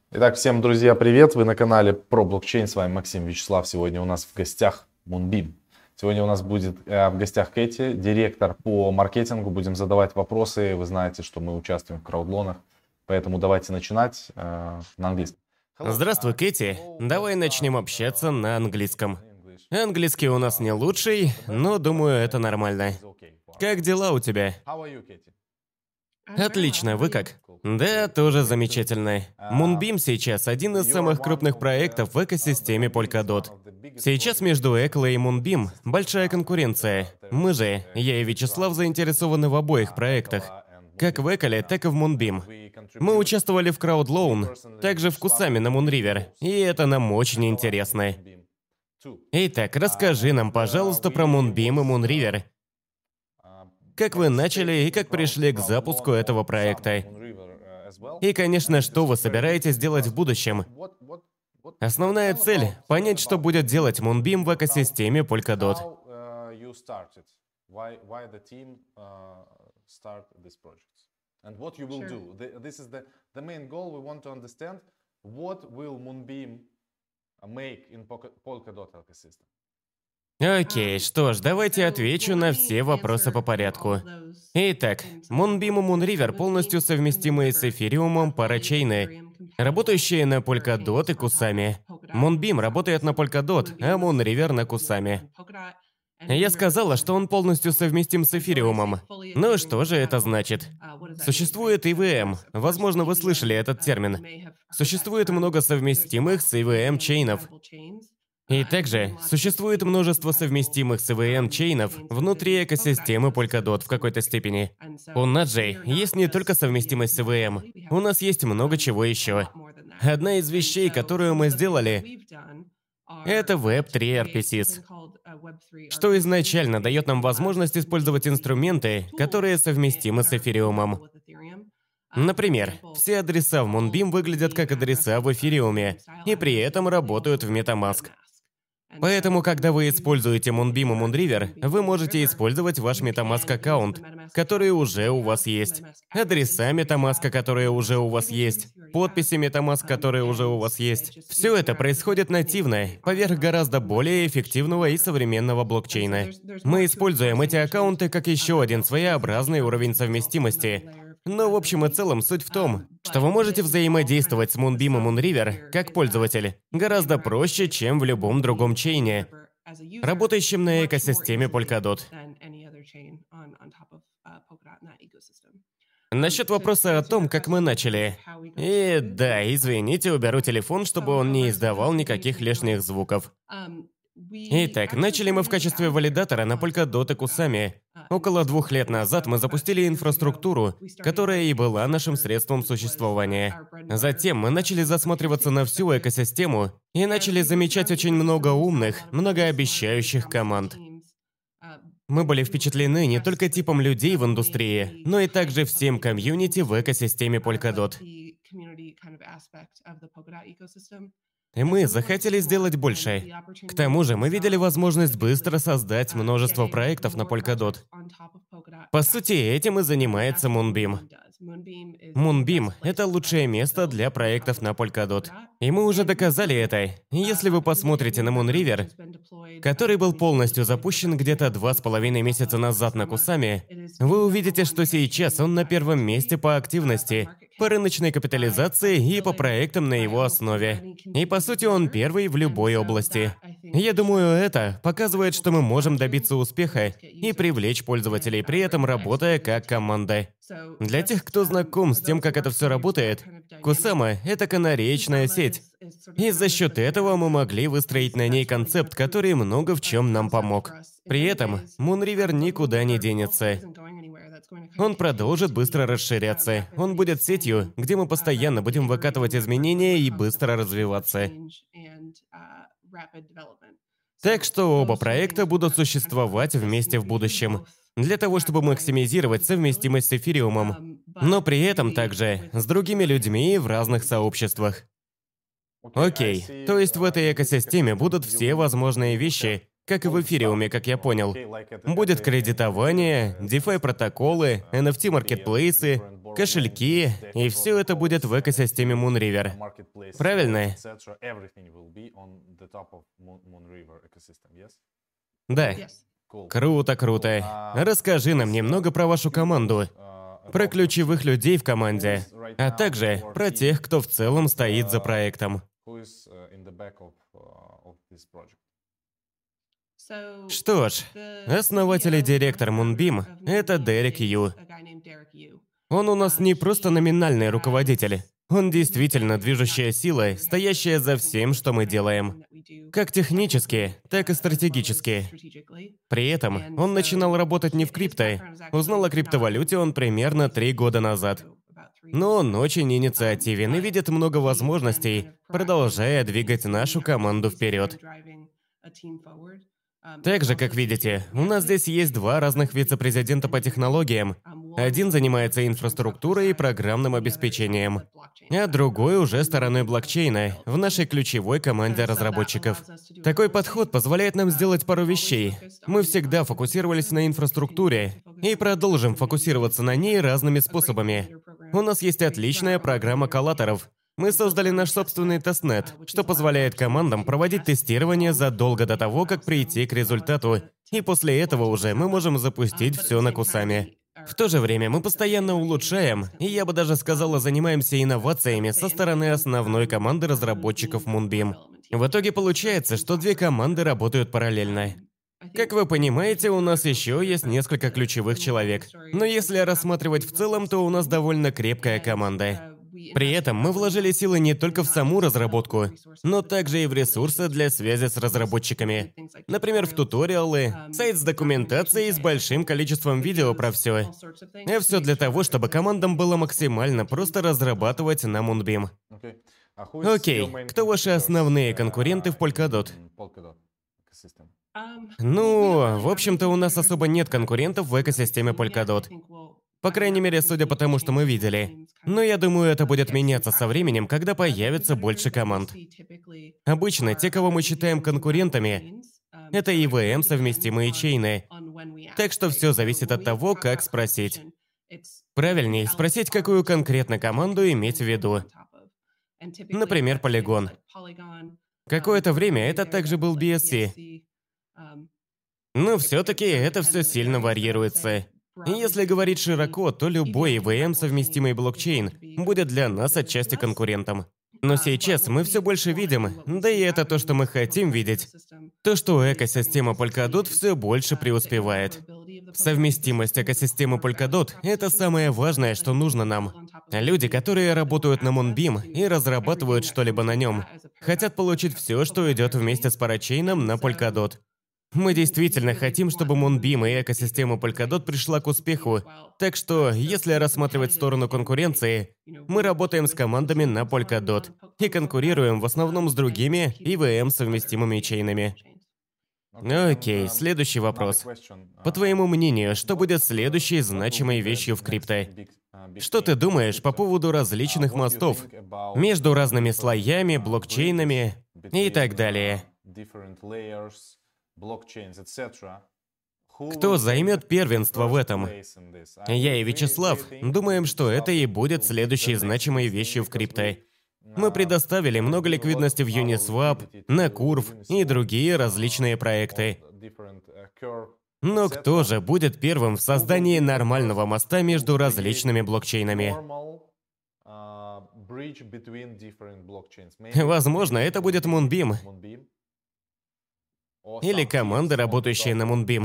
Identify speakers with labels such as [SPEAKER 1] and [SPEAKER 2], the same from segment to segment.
[SPEAKER 1] Итак, всем, друзья, привет! Вы на канале про блокчейн. С вами Максим Вячеслав. Сегодня у нас в гостях Moonbeam. Сегодня у нас будет в гостях Кэти, директор по маркетингу. Будем задавать вопросы. Вы знаете, что мы участвуем в краудлонах. Поэтому давайте начинать на английском.
[SPEAKER 2] Здравствуй, Кэти. Давай начнем общаться на английском. Английский у нас не лучший, но думаю, это нормально. Как дела у тебя? Отлично, вы как? Да, тоже замечательно. Moonbeam сейчас один из самых крупных проектов в экосистеме Polkadot. Сейчас между Экла и Moonbeam большая конкуренция. Мы же, я и Вячеслав, заинтересованы в обоих проектах. Как в Эколе, так и в Moonbeam. Мы участвовали в CrowdLoan, также в Кусами на Moonriver, и это нам очень интересно. Итак, расскажи нам, пожалуйста, про Moonbeam и Moonriver. Как вы начали и как пришли к запуску этого проекта? И, конечно, что вы собираетесь делать в будущем? Основная цель – понять, что будет делать Moonbeam в экосистеме Polkadot.
[SPEAKER 1] And what you will do. This is the main goal. We want to understand what will Moonbeam make in Polkadot ecosystem.
[SPEAKER 2] Окей, что ж, давайте отвечу на все вопросы по порядку. Итак, Moonbeam и Moonriver полностью совместимые с эфириумом парачейны, работающие на Polkadot и Кусами. Moonbeam работает на Polkadot, а Moonriver на Кусами. Я сказала, что он полностью совместим с эфириумом. Ну что же это значит? Существует EVM. Возможно, вы слышали этот термин. Существует много совместимых с EVM чейнов. И также существует множество совместимых с EVM чейнов внутри экосистемы Polkadot в какой-то степени. У нас же есть не только совместимость с EVM, у нас есть много чего еще. Одна из вещей, которую мы сделали, это Web3 RPCs, что изначально дает нам возможность использовать инструменты, которые совместимы с эфириумом. Например, все адреса в Moonbeam выглядят как адреса в эфириуме, и при этом работают в MetaMask. Поэтому, когда вы используете Moonbeam и Moonriver, вы можете использовать ваш MetaMask аккаунт, который уже у вас есть, адреса MetaMask, которые уже у вас есть, подписи MetaMask, которые уже у вас есть. Все это происходит нативно, поверх гораздо более эффективного и современного блокчейна. Мы используем эти аккаунты как еще один своеобразный уровень совместимости. Но в общем и целом суть в том, что вы можете взаимодействовать с Moonbeam и Moonriver как пользователь гораздо проще, чем в любом другом чейне, работающем на экосистеме Polkadot. Насчет вопроса о том, как мы начали. И да, извините, уберу телефон, чтобы он не издавал никаких лишних звуков. Итак, начали мы в качестве валидатора на Polkadot и Кусами. Около 2 лет назад мы запустили инфраструктуру, которая и была нашим средством существования. Затем мы начали засматриваться на всю экосистему и начали замечать очень много умных, многообещающих команд. Мы были впечатлены не только типом людей в индустрии, но и также всем комьюнити в экосистеме Polkadot. И мы захотели сделать больше. К тому же мы видели возможность быстро создать множество проектов на Polkadot. По сути, этим и занимается Moonbeam. Moonbeam – это лучшее место для проектов на Polkadot. И мы уже доказали это. Если вы посмотрите на Moonriver, который был полностью запущен где-то 2,5 месяца назад на Кусами, вы увидите, что сейчас он на первом месте по активности, по рыночной капитализации и по проектам на его основе. И по сути он первый в любой области. Я думаю, это показывает, что мы можем добиться успеха и привлечь пользователей, при этом работая как команда. Для тех, кто знаком с тем, как это все работает, Кусама – это канареечная сеть. И за счет этого мы могли выстроить на ней концепт, который много в чем нам помог. При этом Moonriver никуда не денется. Он продолжит быстро расширяться. Он будет сетью, где мы постоянно будем выкатывать изменения и быстро развиваться. Так что оба проекта будут существовать вместе в будущем, для того, чтобы максимизировать совместимость с эфириумом, но при этом также с другими людьми в разных сообществах. Окей, то есть в этой экосистеме будут все возможные вещи, как и в эфириуме, как я понял. Будет кредитование, DeFi протоколы, NFT-маркетплейсы, кошельки, и все это будет в экосистеме Moonriver. Правильно? Да. Круто, круто. Расскажи нам немного про вашу команду, про ключевых людей в команде, а также про тех, кто в целом стоит за проектом. Что ж, основатель и директор Moonbeam — это Дерек Ю. Он у нас не просто номинальный руководитель. Он действительно движущая сила, стоящая за всем, что мы делаем. Как технически, так и стратегически. При этом он начинал работать не в крипто. Узнал о криптовалюте он примерно 3 года назад. Но он очень инициативен и видит много возможностей, продолжая двигать нашу команду вперед. Также, как видите, у нас здесь есть 2 разных вице-президента по технологиям. Один занимается инфраструктурой и программным обеспечением, а другой уже стороной блокчейна в нашей ключевой команде разработчиков. Такой подход позволяет нам сделать пару вещей. Мы всегда фокусировались на инфраструктуре и продолжим фокусироваться на ней разными способами. У нас есть отличная программа коллаторов. Мы создали наш собственный тестнет, что позволяет командам проводить тестирование задолго до того, как прийти к результату, и после этого уже мы можем запустить все на Кусами. В то же время мы постоянно улучшаем, и я бы даже сказала, занимаемся инновациями со стороны основной команды разработчиков Moonbeam. В итоге получается, что 2 команды работают параллельно. Как вы понимаете, у нас еще есть несколько ключевых человек, но если рассматривать в целом, то у нас довольно крепкая команда. При этом мы вложили силы не только в саму разработку, но также и в ресурсы для связи с разработчиками. Например, в туториалы, сайт с документацией и с большим количеством видео про все. И все для того, чтобы командам было максимально просто разрабатывать на Moonbeam. Окей, кто ваши основные конкуренты в Polkadot? Ну, в общем-то, у нас особо нет конкурентов в экосистеме Polkadot. По крайней мере, судя по тому, что мы видели. Но я думаю, это будет меняться со временем, когда появится больше команд. Обычно те, кого мы считаем конкурентами, это EVM совместимые чейны. Так что все зависит от того, как спросить. Правильнее спросить, какую конкретно команду иметь в виду. Например, Polygon. Какое-то время это также был BSC. Но все-таки это все сильно варьируется. И если говорить широко, то любой EVM совместимый блокчейн будет для нас отчасти конкурентом. Но сейчас мы все больше видим, да и это то, что мы хотим видеть, то, что экосистема Polkadot все больше преуспевает. Совместимость экосистемы Polkadot – это самое важное, что нужно нам. Люди, которые работают на Moonbeam и разрабатывают что-либо на нем, хотят получить все, что идет вместе с парачейном на Polkadot. Мы действительно хотим, чтобы Moonbeam и экосистема Polkadot пришла к успеху. Так что, если рассматривать сторону конкуренции, мы работаем с командами на Polkadot и конкурируем в основном с другими EVM-совместимыми чейнами. Окей, следующий вопрос. По твоему мнению, что будет следующей значимой вещью в крипто? Что ты думаешь по поводу различных мостов между разными слоями, блокчейнами и так далее? Кто займет первенство в этом? Я и Вячеслав думаем, что это и будет следующей значимой вещью в крипто. Мы предоставили много ликвидности в Uniswap, на Curve и другие различные проекты. Но кто же будет первым в создании нормального моста между различными блокчейнами? Возможно, это будет Moonbeam. Или команды, работающие на Moonbeam.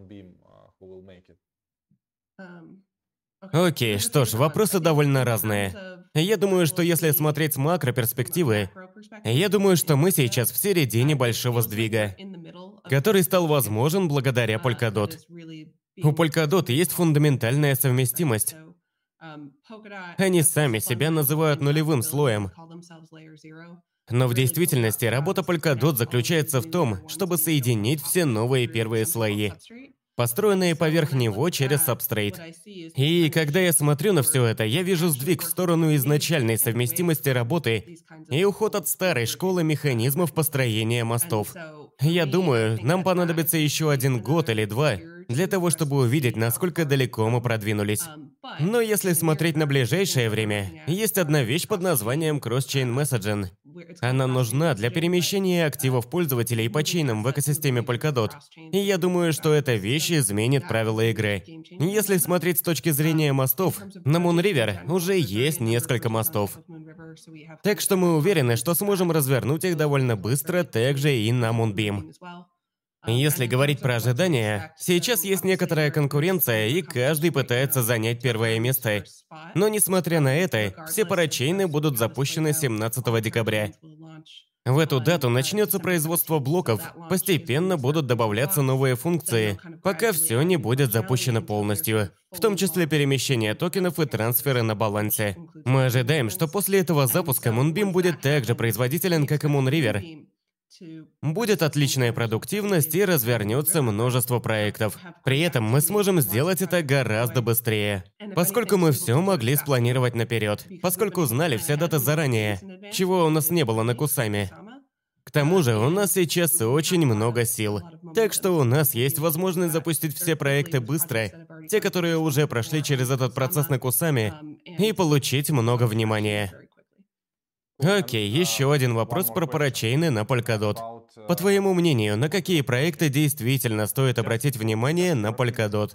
[SPEAKER 2] Окей, что ж, вопросы довольно разные. Я думаю, что если смотреть с макроперспективы, я думаю, что мы сейчас в середине большого сдвига, который стал возможен благодаря Polkadot. У Polkadot есть фундаментальная совместимость. Они сами себя называют нулевым слоем. Но в действительности работа Polkadot заключается в том, чтобы соединить все новые первые слои, построенные поверх него через сабстрейт. И когда я смотрю на все это, я вижу сдвиг в сторону изначальной совместимости работы и уход от старой школы механизмов построения мостов. Я думаю, нам понадобится еще 1 год или 2 для того, чтобы увидеть, насколько далеко мы продвинулись. Но если смотреть на ближайшее время, есть одна вещь под названием Cross-Chain Messaging. Она нужна для перемещения активов пользователей по чейнам в экосистеме Polkadot. И я думаю, что эта вещь изменит правила игры. Если смотреть с точки зрения мостов, на Moonriver уже есть несколько мостов. Так что мы уверены, что сможем развернуть их довольно быстро, также и на Moonbeam. Если говорить про ожидания, сейчас есть некоторая конкуренция, и каждый пытается занять первое место. Но несмотря на это, все парачейны будут запущены 17 декабря. В эту дату начнется производство блоков, постепенно будут добавляться новые функции, пока все не будет запущено полностью, в том числе перемещение токенов и трансферы на балансе. Мы ожидаем, что после этого запуска Moonbeam будет так же производителен, как и Moonriver. Будет отличная продуктивность и развернется множество проектов. При этом мы сможем сделать это гораздо быстрее, поскольку мы все могли спланировать наперед, поскольку знали все даты заранее, чего у нас не было на Кусаме. К тому же у нас сейчас очень много сил, так что у нас есть возможность запустить все проекты быстро, те, которые уже прошли через этот процесс на Кусаме, и получить много внимания. Окей, еще один вопрос про парачейны на Polkadot. По твоему мнению, на какие проекты действительно стоит обратить внимание на Polkadot?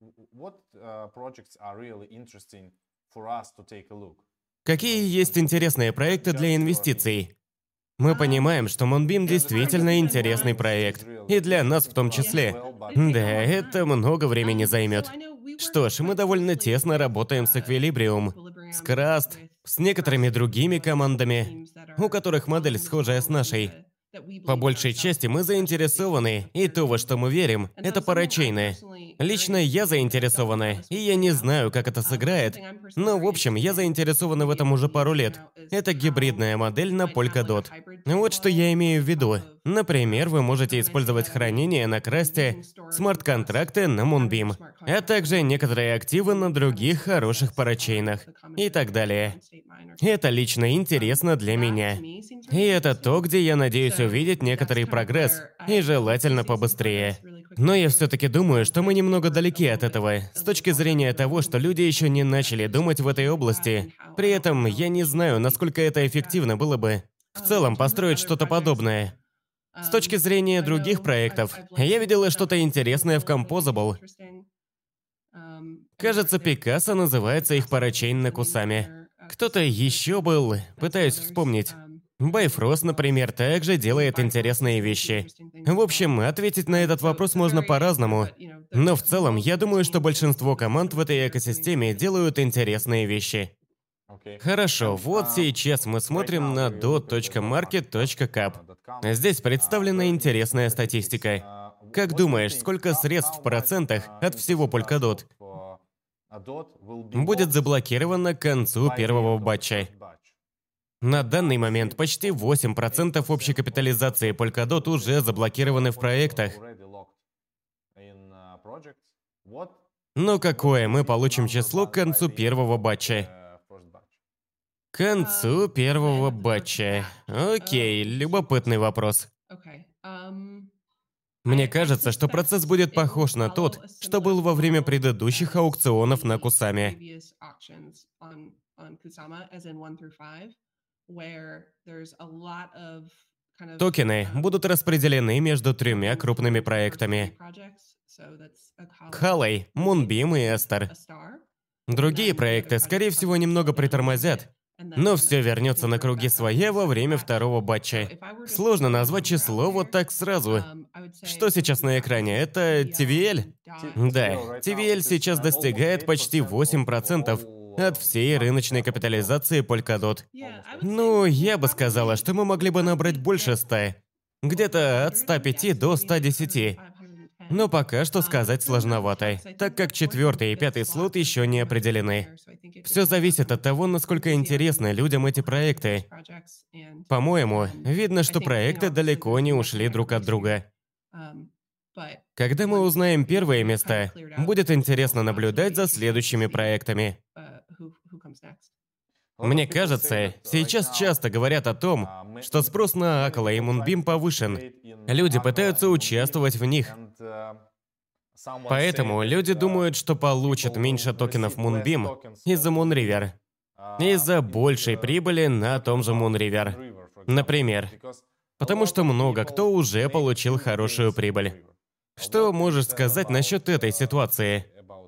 [SPEAKER 2] Какие есть интересные проекты для инвестиций? Мы понимаем, что Moonbeam действительно интересный проект. И для нас в том числе. Да, это много времени займет. Что ж, мы довольно тесно работаем с Equilibrium, с Crust, с некоторыми другими командами, у которых модель схожая с нашей. По большей части мы заинтересованы, и то, во что мы верим, это парачейны. Лично я заинтересована, и я не знаю, как это сыграет, но в общем, я заинтересована в этом уже пару лет. Это гибридная модель на Polkadot. Вот что я имею в виду. Например, вы можете использовать хранение на Красте, смарт-контракты на Moonbeam, а также некоторые активы на других хороших парачейнах и так далее. Это лично интересно для меня. И это то, где я надеюсь увидеть некоторый прогресс, и желательно побыстрее. Но я все-таки думаю, что мы немного далеки от этого, с точки зрения того, что люди еще не начали думать в этой области. При этом я не знаю, насколько это эффективно было бы в целом построить что-то подобное. С точки зрения других проектов, я видела что-то интересное в Composable. Кажется, Пикассо называется их парачейн на Кусаме. Кто-то еще был, пытаюсь вспомнить. Bifrost, например, также делает интересные вещи. В общем, ответить на этот вопрос можно по-разному. Но в целом, я думаю, что большинство команд в этой экосистеме делают интересные вещи. Хорошо, вот сейчас мы смотрим на dot.market.cap. Здесь представлена интересная статистика. Как думаешь, сколько средств в процентах от всего Polkadot будет заблокировано к концу первого батча? На данный момент почти 8% общей капитализации Polkadot уже заблокированы в проектах. Но какое мы получим число к концу первого батча? К концу первого батча. Окей, любопытный вопрос. Мне кажется, что процесс будет похож на тот, что был во время предыдущих аукционов на Кусаме. Токены будут распределены между тремя крупными проектами: Khalay, Moonbeam и Estar. Другие проекты, скорее всего, немного притормозят, но все вернется на круги своя во время второго батча. Сложно назвать число вот так сразу. Что сейчас на экране? Это TVL? Да, TVL сейчас достигает почти 8% от всей рыночной капитализации Polkadot. Ну, я бы сказала, что мы могли бы набрать больше 100. Где-то от 105 до 110. Но пока что сказать сложновато, так как 4-й и 5-й слот еще не определены. Все зависит от того, насколько интересны людям эти проекты. По-моему, видно, что проекты далеко не ушли друг от друга. Когда мы узнаем первые места, будет интересно наблюдать за следующими проектами. Мне кажется, сейчас часто говорят о том, что спрос на Акала и Moonbeam повышен. Люди пытаются участвовать в них. Поэтому люди думают, что получат меньше токенов Moonbeam из-за Moonriver, из-за большей прибыли на том же Moonriver. Например, потому что много кто уже получил хорошую прибыль. Что можешь сказать насчет этой ситуации?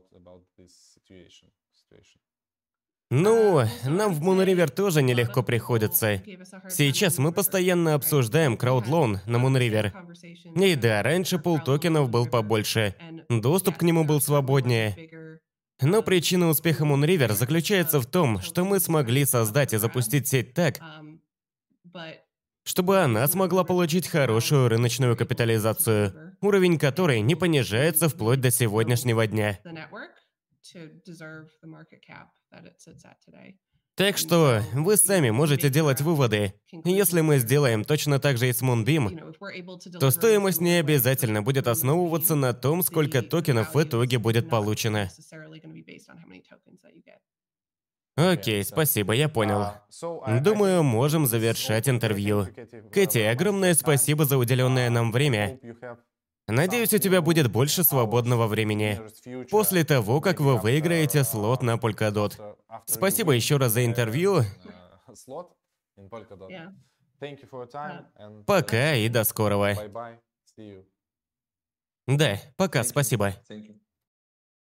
[SPEAKER 2] Ну, нам в Moonriver тоже нелегко приходится. Сейчас мы постоянно обсуждаем краудлоун на Moonriver. И да, раньше пул токенов был побольше, доступ к нему был свободнее. Но причина успеха Moonriver заключается в том, что мы смогли создать и запустить сеть так, чтобы она смогла получить хорошую рыночную капитализацию, уровень которой не понижается вплоть до сегодняшнего дня. Так что вы сами можете делать выводы. Если мы сделаем точно так же и с Moonbeam, то стоимость не обязательно будет основываться на том, сколько токенов в итоге будет получено. Окей, спасибо, я понял. Думаю, можем завершать интервью. Кэти, огромное спасибо за уделенное нам время. Надеюсь, у тебя будет больше свободного времени после того, как вы выиграете слот на Polkadot. Спасибо еще раз за интервью. Пока и до скорого. Да, пока, спасибо.